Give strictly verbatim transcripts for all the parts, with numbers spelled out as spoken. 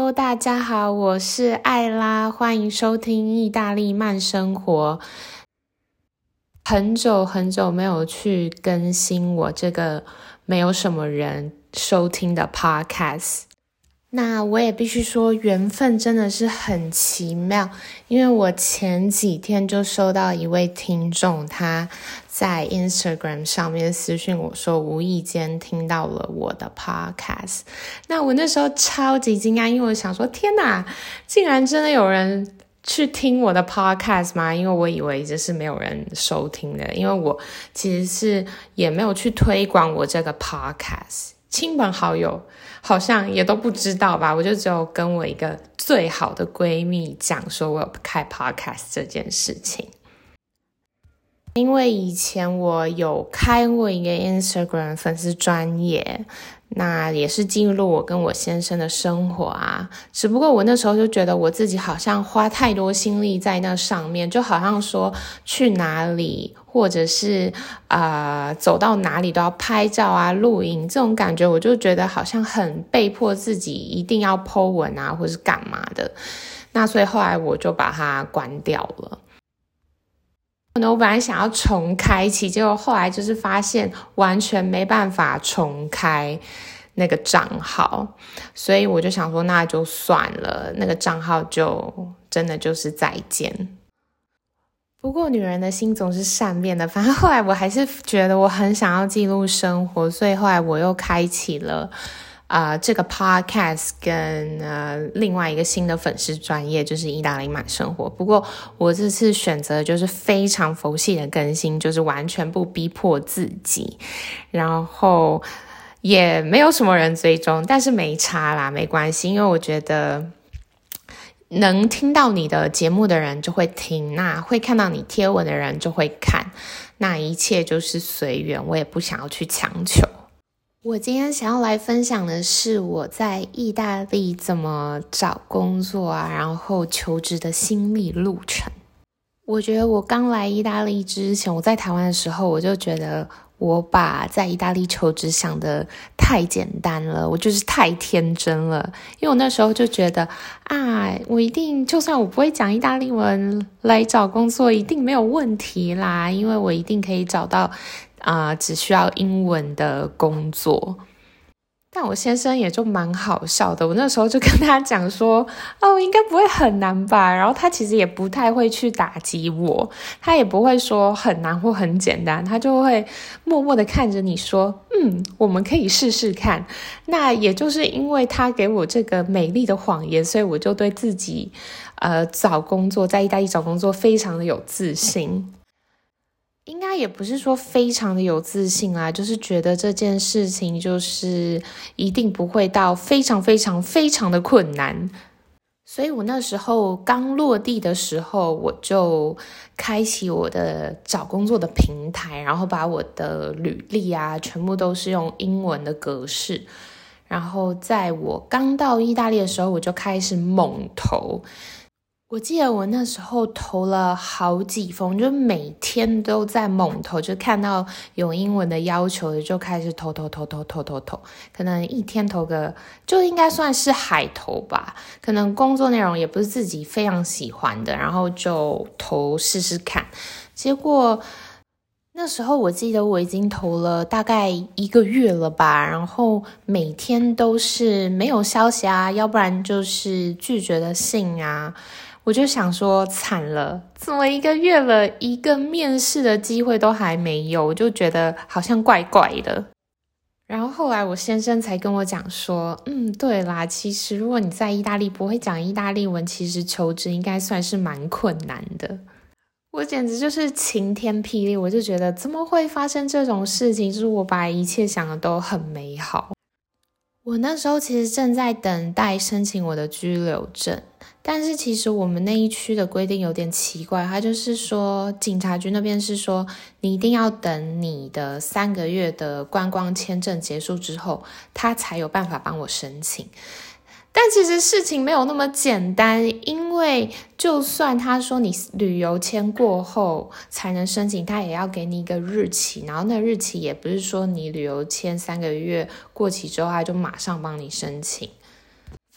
Hello， 大家好，我是艾拉，欢迎收听意大利慢生活。很久很久没有去更新我这个没有什么人收听的 podcast。那我也必须说，缘分真的是很奇妙，因为我前几天就收到一位听众，他在 Instagram 上面私讯我说，无意间听到了我的 podcast。那我那时候超级惊讶，因为我想说，天哪，竟然真的有人去听我的 podcast 吗？因为我以为这是没有人收听的，因为我其实是也没有去推广我这个 podcast。亲朋好友好像也都不知道吧，我就只有跟我一个最好的闺蜜讲说我有开 podcast 这件事情。因为以前我有开过一个 Instagram 粉丝专页，那也是记录我跟我先生的生活啊，只不过我那时候就觉得我自己好像花太多心力在那上面，就好像说去哪里或者是呃走到哪里都要拍照啊录影，这种感觉我就觉得好像很被迫自己一定要 po 文啊或是干嘛的，那所以后来我就把它关掉了。我本来想要重开启，结果后来就是发现完全没办法重开那个账号，所以我就想说那就算了，那个账号就真的就是再见。不过女人的心总是善变的，反正后来我还是觉得我很想要记录生活，所以后来我又开启了呃，这个 podcast 跟呃另外一个新的粉丝专页，就是意大利慢生活。不过我这次选择就是非常佛系的更新，就是完全不逼迫自己，然后也没有什么人追踪，但是没差啦，没关系，因为我觉得能听到你的节目的人就会听，那会看到你贴文的人就会看，那一切就是随缘，我也不想要去强求。我今天想要来分享的是我在意大利怎么找工作啊，然后求职的心理路程。我觉得我刚来意大利之前，我在台湾的时候，我就觉得我把在意大利求职想得太简单了，我就是太天真了。因为我那时候就觉得啊，我一定就算我不会讲意大利文来找工作一定没有问题啦，因为我一定可以找到啊、呃，只需要英文的工作。但我先生也就蛮好笑的，我那时候就跟他讲说哦，应该不会很难吧，然后他其实也不太会去打击我，他也不会说很难或很简单，他就会默默的看着你说嗯，我们可以试试看。那也就是因为他给我这个美丽的谎言，所以我就对自己呃找工作，在意大利找工作非常的有自信。应该也不是说非常的有自信啦，就是觉得这件事情就是一定不会到非常非常非常的困难。所以我那时候刚落地的时候，我就开启我的找工作的平台，然后把我的履历啊全部都是用英文的格式，然后在我刚到意大利的时候，我就开始猛投。我记得我那时候投了好几封，就每天都在猛投，就看到有英文的要求的就开始投投投投投投投，可能一天投个就应该算是海投吧，可能工作内容也不是自己非常喜欢的，然后就投试试看。结果那时候我记得我已经投了大概一个月了吧，然后每天都是没有消息啊，要不然就是拒绝的信啊。我就想说惨了，怎么一个月了，一个面试的机会都还没有，我就觉得好像怪怪的。然后后来我先生才跟我讲说，嗯，对啦，其实如果你在意大利不会讲意大利文，其实求职应该算是蛮困难的。我简直就是晴天霹雳，我就觉得怎么会发生这种事情，就是我把一切想的都很美好。我那时候其实正在等待申请我的居留证，但是其实我们那一区的规定有点奇怪，它就是说警察局那边是说你一定要等你的三个月的观光签证结束之后，他才有办法帮我申请。但其实事情没有那么简单，因为就算他说你旅游签过后才能申请，他也要给你一个日期，然后那日期也不是说你旅游签三个月过期之后他就马上帮你申请。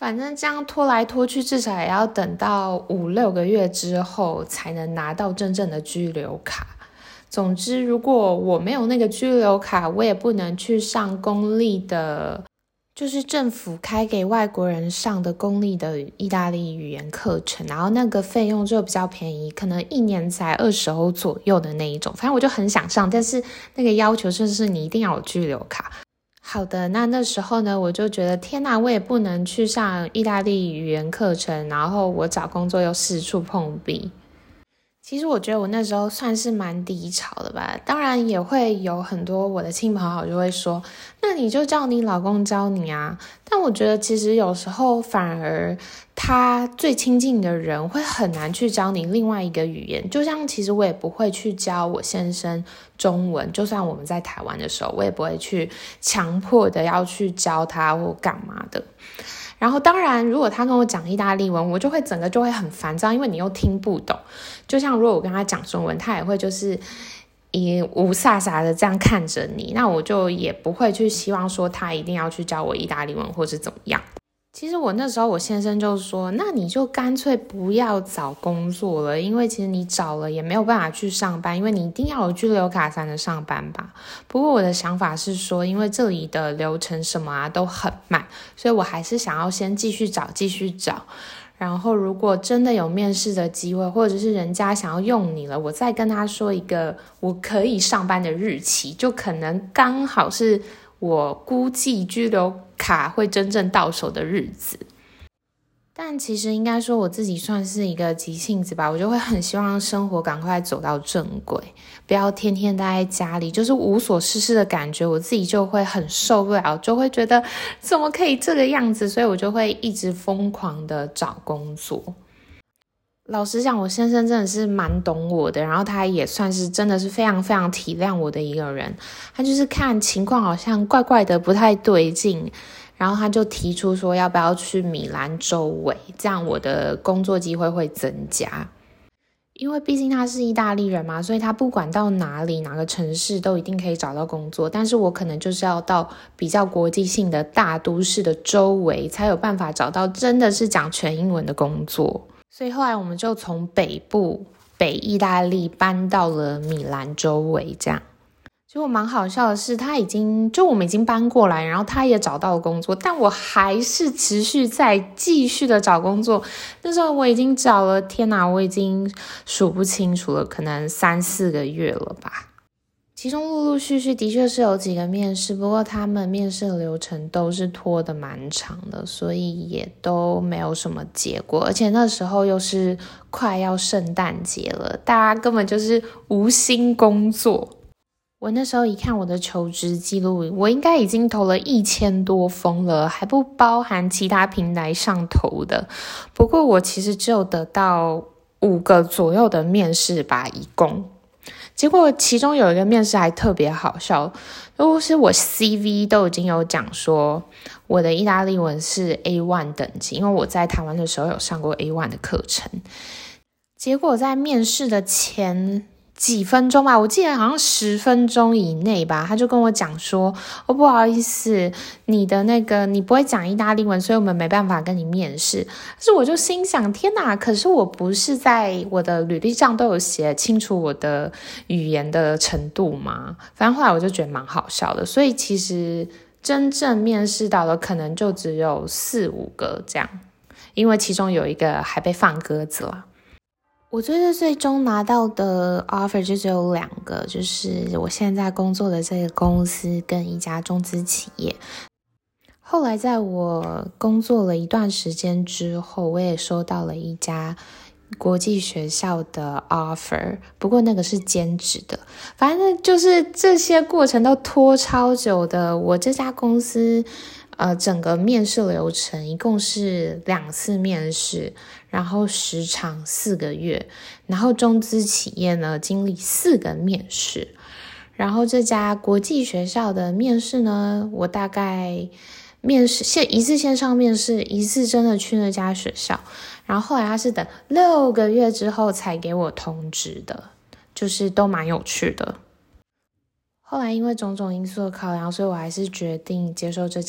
反正这样拖来拖去，至少也要等到五六个月之后才能拿到真正的居留卡。总之，如果我没有那个居留卡，我也不能去上公立的，就是政府开给外国人上的公立的意大利语言课程，然后那个费用就比较便宜，可能一年才二十欧左右的那一种。反正我就很想上，但是那个要求就是你一定要有居留卡。好的，那那时候呢，我就觉得天哪，我也不能去上意大利语言课程，然后我找工作又四处碰壁。其实我觉得我那时候算是蛮低潮的吧，当然也会有很多我的亲朋好友就会说，那你就叫你老公教你啊。但我觉得其实有时候反而他最亲近的人会很难去教你另外一个语言，就像其实我也不会去教我先生中文，就算我们在台湾的时候，我也不会去强迫的要去教他或干嘛的。然后当然如果他跟我讲意大利文，我就会整个就会很烦躁，因为你又听不懂。就像如果我跟他讲中文，他也会就是以无飒飒的这样看着你，那我就也不会去希望说他一定要去教我意大利文或是怎么样。其实我那时候我先生就说，那你就干脆不要找工作了，因为其实你找了也没有办法去上班，因为你一定要有居留卡才能上班吧。不过我的想法是说，因为这里的流程什么啊都很慢，所以我还是想要先继续找继续找，然后如果真的有面试的机会，或者是人家想要用你了，我再跟他说一个我可以上班的日期，就可能刚好是我估计居留卡会真正到手的日子。但其实应该说我自己算是一个急性子吧，我就会很希望生活赶快走到正轨，不要天天待在家里，就是无所事事的感觉，我自己就会很受不了，就会觉得怎么可以这个样子，所以我就会一直疯狂的找工作。老实讲，我先生真的是蛮懂我的，然后他也算是真的是非常非常体谅我的一个人。他就是看情况好像怪怪的不太对劲，然后他就提出说要不要去米兰周围，这样我的工作机会会增加。因为毕竟他是意大利人嘛，所以他不管到哪里哪个城市都一定可以找到工作，但是我可能就是要到比较国际性的大都市的周围才有办法找到真的是讲全英文的工作。所以后来我们就从北部北意大利搬到了米兰周围，这样。结果蛮好笑的是，他已经就我们已经搬过来，然后他也找到了工作，但我还是持续在继续的找工作。那时候我已经找了，天哪，我已经数不清楚了，可能三四个月了吧。其中陆陆续续的确是有几个面试，不过他们面试的流程都是拖得蛮长的，所以也都没有什么结果。而且那时候又是快要圣诞节了，大家根本就是无心工作。我那时候一看我的求职记录，我应该已经投了一千多封了，还不包含其他平台上投的。不过我其实只有得到五个左右的面试吧，一共。结果其中有一个面试还特别好笑，就是我 C V 都已经有讲说我的意大利文是 A 一 等级，因为我在台湾的时候有上过 A 一 的课程。结果在面试的前几分钟吧，我记得好像十分钟以内吧，他就跟我讲说，哦，不好意思，你的那个你不会讲意大利文，所以我们没办法跟你面试。但是我就心想，天哪，可是我不是在我的履历上都有写清楚我的语言的程度吗？反正后来我就觉得蛮好笑的，所以其实真正面试到的可能就只有四五个这样，因为其中有一个还被放鸽子了。我最最最终拿到的 offer 就只有两个，就是我现在工作的这个公司跟一家中资企业。后来在我工作了一段时间之后，我也收到了一家国际学校的 offer， 不过那个是兼职的。反正就是这些过程都拖超久的。我这家公司呃，整个面试流程一共是两次面试，然后时长四个月，然后中资企业呢经历四个面试，然后这家国际学校的面试呢，我大概面试线一次线上面试，一次真的去那家学校，然后后来他是等六个月之后才给我通知的，就是都蛮有趣的。后来因为种种因素的考量，所以我还是决定接受这家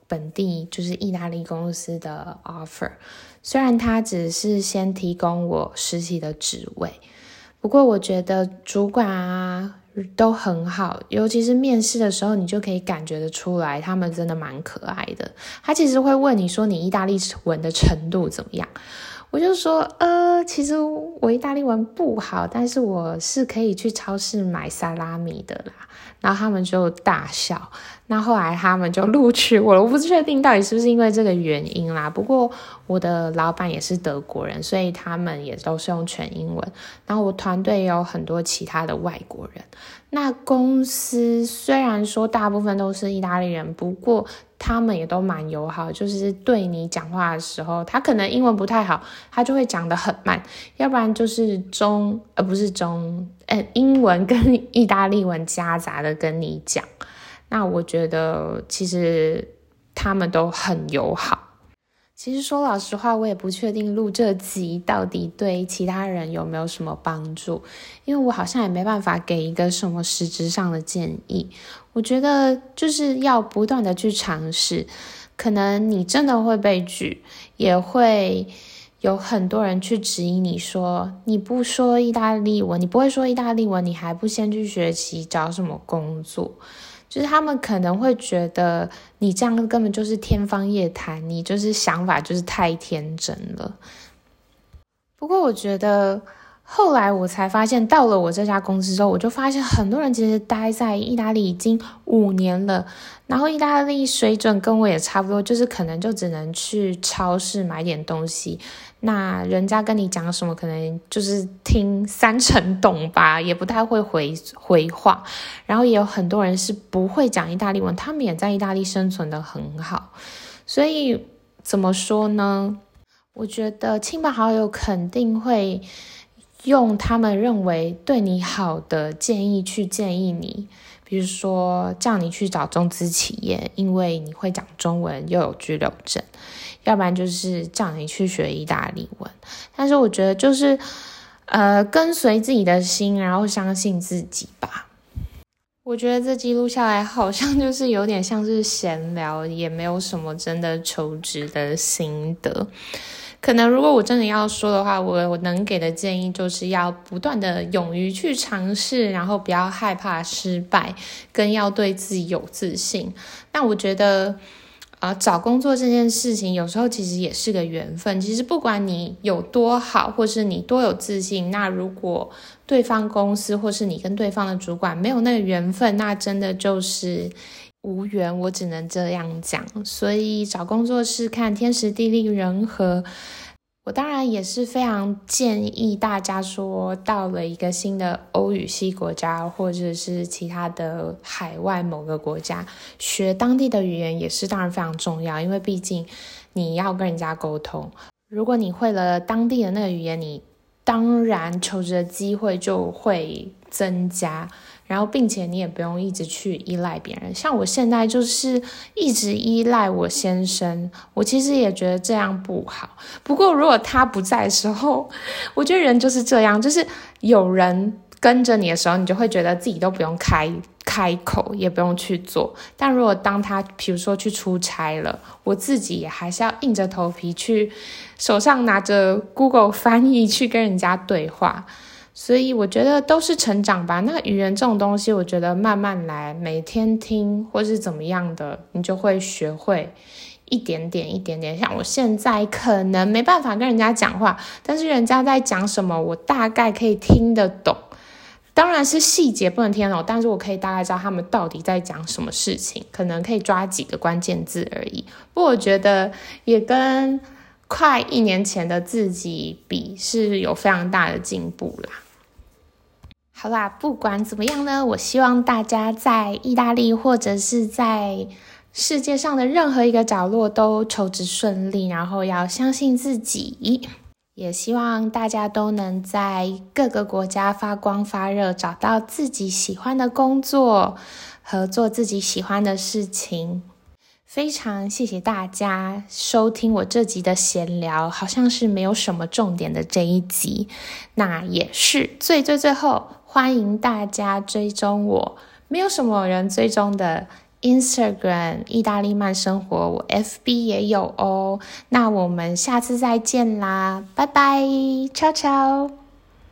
本地就是意大利公司的 offer， 虽然他只是先提供我实习的职位，不过我觉得主管啊都很好，尤其是面试的时候，你就可以感觉得出来，他们真的蛮可爱的。他其实会问你说你意大利文的程度怎么样，我就说呃，其实我意大利文不好，但是我是可以去超市买萨拉米的啦。然后他们就大笑，那后来他们就录取我了。我不确定到底是不是因为这个原因啦，不过我的老板也是德国人，所以他们也都是用全英文，然后我团队也有很多其他的外国人。那公司虽然说大部分都是意大利人，不过他们也都蛮友好，就是对你讲话的时候，他可能英文不太好，他就会讲得很慢，要不然就是中呃不是中呃英文跟意大利文夹杂的跟你讲。那我觉得其实他们都很友好。其实说老实话，我也不确定录这集到底对其他人有没有什么帮助，因为我好像也没办法给一个什么实质上的建议。我觉得就是要不断的去尝试，可能你真的会被拒，也会有很多人去质疑你说你不说意大利文，你不会说意大利文，你还不先去学习找什么工作，就是他们可能会觉得你这样根本就是天方夜谭，你就是想法就是太天真了。不过我觉得后来我才发现，到了我这家公司之后，我就发现很多人其实待在意大利已经五年了，然后意大利水准跟我也差不多，就是可能就只能去超市买点东西，那人家跟你讲什么可能就是听三成懂吧，也不太会回回话。然后也有很多人是不会讲意大利文，他们也在意大利生存得很好。所以怎么说呢，我觉得亲朋好友肯定会用他们认为对你好的建议去建议你，比如说叫你去找中资企业，因为你会讲中文又有居留证，要不然就是叫你去学意大利文。但是我觉得就是呃，跟随自己的心，然后相信自己吧。我觉得这记录下来好像就是有点像是闲聊，也没有什么真的求职的心得。可能如果我真的要说的话，我我能给的建议就是要不断的勇于去尝试，然后不要害怕失败，跟要对自己有自信。那我觉得呃，找工作这件事情有时候其实也是个缘分，其实不管你有多好，或是你多有自信，那如果对方公司或是你跟对方的主管没有那个缘分，那真的就是无缘，我只能这样讲。所以找工作是看天时地利人和。我当然也是非常建议大家说，到了一个新的欧语系国家，或者是其他的海外某个国家，学当地的语言也是当然非常重要，因为毕竟你要跟人家沟通。如果你会了当地的那个语言，你当然求职的机会就会增加，然后并且你也不用一直去依赖别人。像我现在就是一直依赖我先生，我其实也觉得这样不好。不过如果他不在的时候，我觉得人就是这样，就是有人跟着你的时候，你就会觉得自己都不用开开口，也不用去做。但如果当他比如说去出差了，我自己也还是要硬着头皮去，手上拿着 Google 翻译去跟人家对话。所以我觉得都是成长吧。那语言这种东西，我觉得慢慢来，每天听或是怎么样的，你就会学会一点点一点点。像我现在可能没办法跟人家讲话，但是人家在讲什么，我大概可以听得懂。当然是细节不能听得懂，但是我可以大概知道他们到底在讲什么事情，可能可以抓几个关键字而已。不过我觉得也跟快一年前的自己比是有非常大的进步啦。好啦，不管怎么样呢，我希望大家在意大利或者是在世界上的任何一个角落都求职顺利，然后要相信自己。也希望大家都能在各个国家发光发热，找到自己喜欢的工作和做自己喜欢的事情。非常谢谢大家收听我这集的闲聊，好像是没有什么重点的这一集。那也是最最最后，欢迎大家追踪我没有什么人追踪的 Instagram 意大利慢生活，我 F B 也有哦。那我们下次再见啦，拜拜，悄悄。